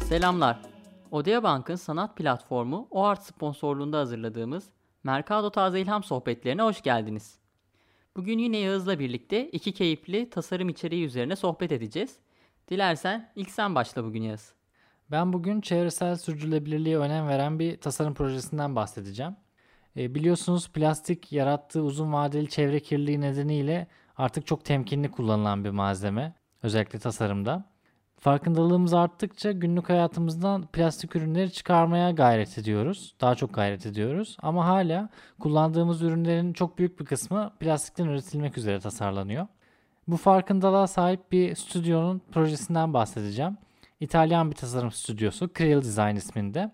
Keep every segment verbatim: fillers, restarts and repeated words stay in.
Selamlar. Odea Bank'ın sanat platformu OART sponsorluğunda hazırladığımız Mercado Taze İlham sohbetlerine hoş geldiniz. Bugün yine Yağız'la birlikte iki keyifli tasarım içeriği üzerine sohbet edeceğiz. Dilersen ilk sen başla bugün Yağız. Ben bugün çevresel sürdürülebilirliğe önem veren bir tasarım projesinden bahsedeceğim. E, biliyorsunuz plastik yarattığı uzun vadeli çevre kirliliği nedeniyle artık çok temkinli kullanılan bir malzeme. Özellikle tasarımda. Farkındalığımız arttıkça günlük hayatımızdan plastik ürünleri çıkarmaya gayret ediyoruz. Daha çok gayret ediyoruz. Ama hala kullandığımız ürünlerin çok büyük bir kısmı plastikten üretilmek üzere tasarlanıyor. Bu farkındalığa sahip bir stüdyonun projesinden bahsedeceğim. İtalyan bir tasarım stüdyosu Krill Design isminde.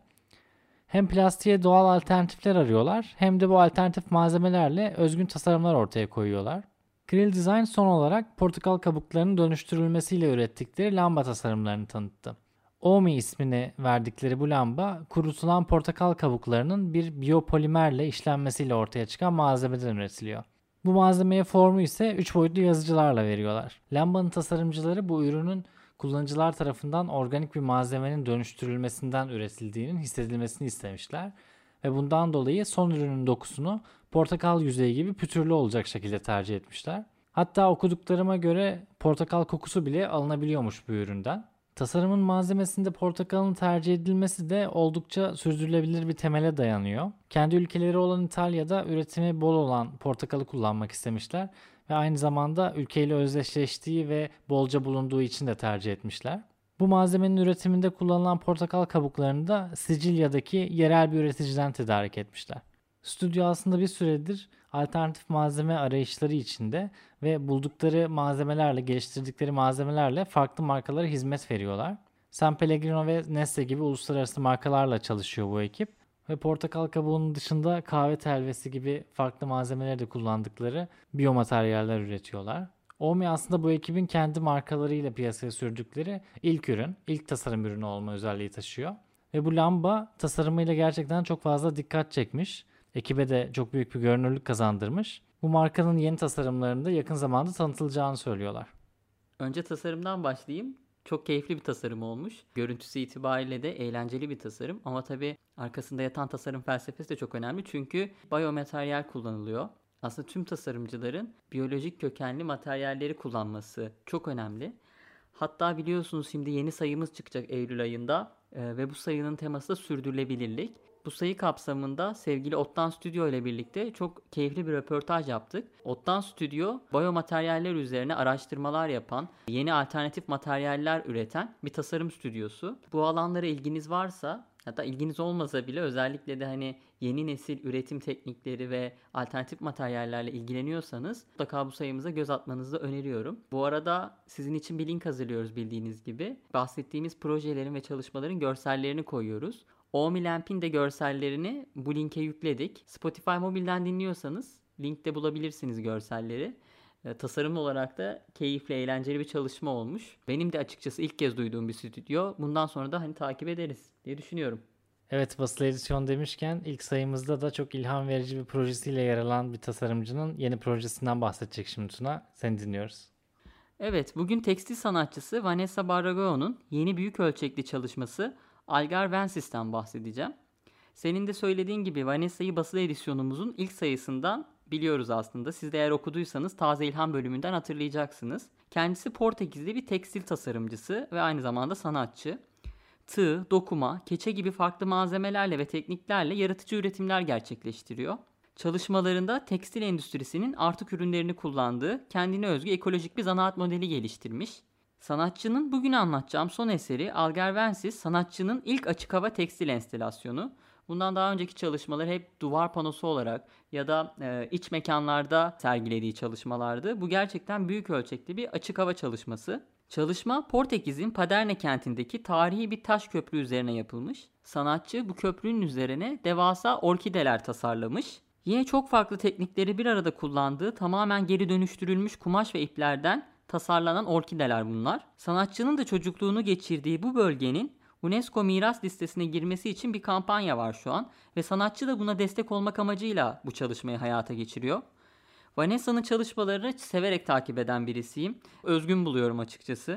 Hem plastiğe doğal alternatifler arıyorlar hem de bu alternatif malzemelerle özgün tasarımlar ortaya koyuyorlar. Krill Design son olarak portakal kabuklarının dönüştürülmesiyle ürettikleri lamba tasarımlarını tanıttı. Omi ismini verdikleri bu lamba kurutulan portakal kabuklarının bir biyopolimerle işlenmesiyle ortaya çıkan malzemeden üretiliyor. Bu malzemeye formu ise üç boyutlu yazıcılarla veriyorlar. Lambanın tasarımcıları bu ürünün kullanıcılar tarafından organik bir malzemenin dönüştürülmesinden üretildiğinin hissedilmesini istemişler ve bundan dolayı son ürünün dokusunu portakal yüzeyi gibi pütürlü olacak şekilde tercih etmişler. Hatta okuduklarıma göre portakal kokusu bile alınabiliyormuş bu üründen. Tasarımın malzemesinde portakalın tercih edilmesi de oldukça sürdürülebilir bir temele dayanıyor. Kendi ülkeleri olan İtalya'da üretimi bol olan portakalı kullanmak istemişler ve aynı zamanda ülkeyle özdeşleştiği ve bolca bulunduğu için de tercih etmişler. Bu malzemenin üretiminde kullanılan portakal kabuklarını da Sicilya'daki yerel bir üreticiden tedarik etmişler. Stüdyo aslında bir süredir alternatif malzeme arayışları içinde ve buldukları malzemelerle, geliştirdikleri malzemelerle farklı markalara hizmet veriyorlar. San Pellegrino ve Nestle gibi uluslararası markalarla çalışıyor bu ekip. Ve portakal kabuğunun dışında kahve telvesi gibi farklı malzemeleri de kullandıkları biyomateryaller üretiyorlar. Omi aslında bu ekibin kendi markalarıyla piyasaya sürdükleri ilk ürün, ilk tasarım ürünü olma özelliği taşıyor. Ve bu lamba tasarımıyla gerçekten çok fazla dikkat çekmiş. Ekibe de çok büyük bir görünürlük kazandırmış. Bu markanın yeni tasarımlarında yakın zamanda tanıtılacağını söylüyorlar. Önce tasarımdan başlayayım. Çok keyifli bir tasarım olmuş. Görüntüsü itibariyle de eğlenceli bir tasarım. Ama tabii arkasında yatan tasarım felsefesi de çok önemli. Çünkü biyomateryal kullanılıyor. Aslında tüm tasarımcıların biyolojik kökenli materyalleri kullanması çok önemli. Hatta biliyorsunuz şimdi yeni sayımız çıkacak Eylül ayında. Ee, ve bu sayının teması da sürdürülebilirlik. Bu sayı kapsamında sevgili Ottan Stüdyo ile birlikte çok keyifli bir röportaj yaptık. Ottan Stüdyo, biyomateryaller üzerine araştırmalar yapan, yeni alternatif materyaller üreten bir tasarım stüdyosu. Bu alanlara ilginiz varsa, hatta ilginiz olmasa bile özellikle de hani yeni nesil üretim teknikleri ve alternatif materyallerle ilgileniyorsanız mutlaka bu sayımıza göz atmanızı öneriyorum. Bu arada sizin için bir link hazırlıyoruz bildiğiniz gibi. Bahsettiğimiz projelerin ve çalışmaların görsellerini koyuyoruz. Omi Lamp'in de görsellerini bu linke yükledik. Spotify mobilden dinliyorsanız linkte bulabilirsiniz görselleri. E, tasarım olarak da keyifli, eğlenceli bir çalışma olmuş. Benim de açıkçası ilk kez duyduğum bir stüdyo. Bundan sonra da hani takip ederiz diye düşünüyorum. Evet, basılı edisyon demişken ilk sayımızda da çok ilham verici bir projesiyle yer alan bir tasarımcının yeni projesinden bahsedecek şimdi Tuna. Seni dinliyoruz. Evet, bugün tekstil sanatçısı Vanessa Barrago'nun yeni büyük ölçekli çalışması Algar Vensis'ten bahsedeceğim. Senin de söylediğin gibi Vanessa'yı basılı edisyonumuzun ilk sayısından biliyoruz aslında. Siz de eğer okuduysanız Taze İlham bölümünden hatırlayacaksınız. Kendisi Portekizli bir tekstil tasarımcısı ve aynı zamanda sanatçı. Tığ, dokuma, keçe gibi farklı malzemelerle ve tekniklerle yaratıcı üretimler gerçekleştiriyor. Çalışmalarında tekstil endüstrisinin artık ürünlerini kullandığı kendine özgü ekolojik bir zanaat modeli geliştirmiş. Sanatçının bugün anlatacağım son eseri Algarvensis, sanatçının ilk açık hava tekstil enstalasyonu. Bundan daha önceki çalışmaları hep duvar panosu olarak ya da e, iç mekanlarda sergilediği çalışmalardı. Bu gerçekten büyük ölçekli bir açık hava çalışması. Çalışma Portekiz'in Paderne kentindeki tarihi bir taş köprü üzerine yapılmış. Sanatçı bu köprünün üzerine devasa orkideler tasarlamış. Yine çok farklı teknikleri bir arada kullandığı tamamen geri dönüştürülmüş kumaş ve iplerden tasarlanan orkideler bunlar. Sanatçının da çocukluğunu geçirdiği bu bölgenin UNESCO miras listesine girmesi için bir kampanya var şu an ve sanatçı da buna destek olmak amacıyla bu çalışmayı hayata geçiriyor. Vanessa'nın çalışmalarını severek takip eden birisiyim. Özgün buluyorum açıkçası.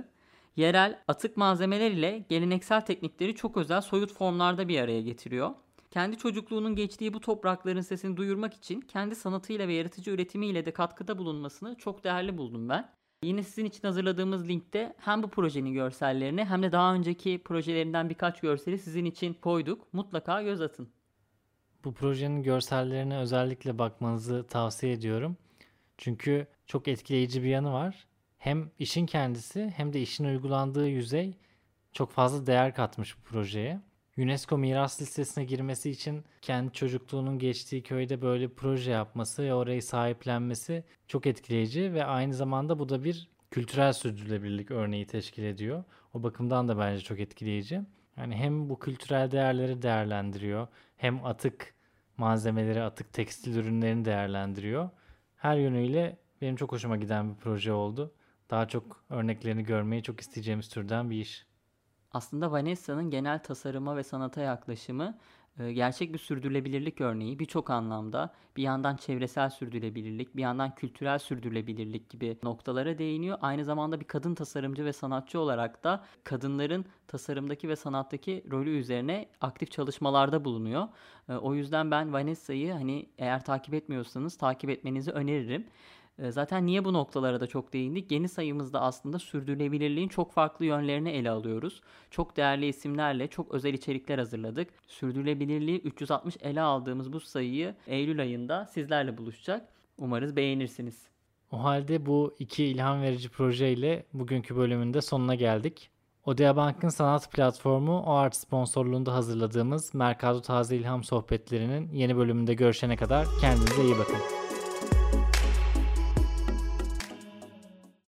Yerel, atık malzemeler ile geleneksel teknikleri çok özel soyut formlarda bir araya getiriyor. Kendi çocukluğunun geçtiği bu toprakların sesini duyurmak için kendi sanatıyla ve yaratıcı üretimiyle de katkıda bulunmasını çok değerli buldum ben. Yine sizin için hazırladığımız linkte hem bu projenin görsellerini hem de daha önceki projelerinden birkaç görseli sizin için koyduk. Mutlaka göz atın. Bu projenin görsellerine özellikle bakmanızı tavsiye ediyorum. Çünkü çok etkileyici bir yanı var. Hem işin kendisi hem de işin uygulandığı yüzey çok fazla değer katmış bu projeye. UNESCO Miras Listesi'ne girmesi için kendi çocukluğunun geçtiği köyde böyle bir proje yapması ve orayı sahiplenmesi çok etkileyici ve aynı zamanda bu da bir kültürel sürdürülebilirlik örneği teşkil ediyor. O bakımdan da bence çok etkileyici. Yani hem bu kültürel değerleri değerlendiriyor, hem atık malzemeleri, atık tekstil ürünlerini değerlendiriyor. Her yönüyle benim çok hoşuma giden bir proje oldu. Daha çok örneklerini görmeyi çok isteyeceğimiz türden bir iş. Aslında Vanessa'nın genel tasarıma ve sanata yaklaşımı e, gerçek bir sürdürülebilirlik örneği birçok anlamda. Bir yandan çevresel sürdürülebilirlik, bir yandan kültürel sürdürülebilirlik gibi noktalara değiniyor. Aynı zamanda bir kadın tasarımcı ve sanatçı olarak da kadınların tasarımdaki ve sanattaki rolü üzerine aktif çalışmalarda bulunuyor. E, O yüzden ben Vanessa'yı hani eğer takip etmiyorsanız takip etmenizi öneririm. E, Zaten niye bu noktalara da çok değindik? Yeni sayımızda aslında sürdürülebilirliğin çok farklı yönlerini ele alıyoruz. Çok değerli isimlerle çok özel içerikler hazırladık. Sürdürülebilirliği üç yüz altmış ele aldığımız bu sayıyı Eylül ayında sizlerle buluşacak. Umarız beğenirsiniz. O halde bu iki ilham verici projeyle bugünkü bölümün de sonuna geldik. Odea Bank'ın sanat platformu OART sponsorluğunda hazırladığımız Mercado Taze İlham Sohbetleri'nin yeni bölümünde görüşene kadar kendinize iyi bakın.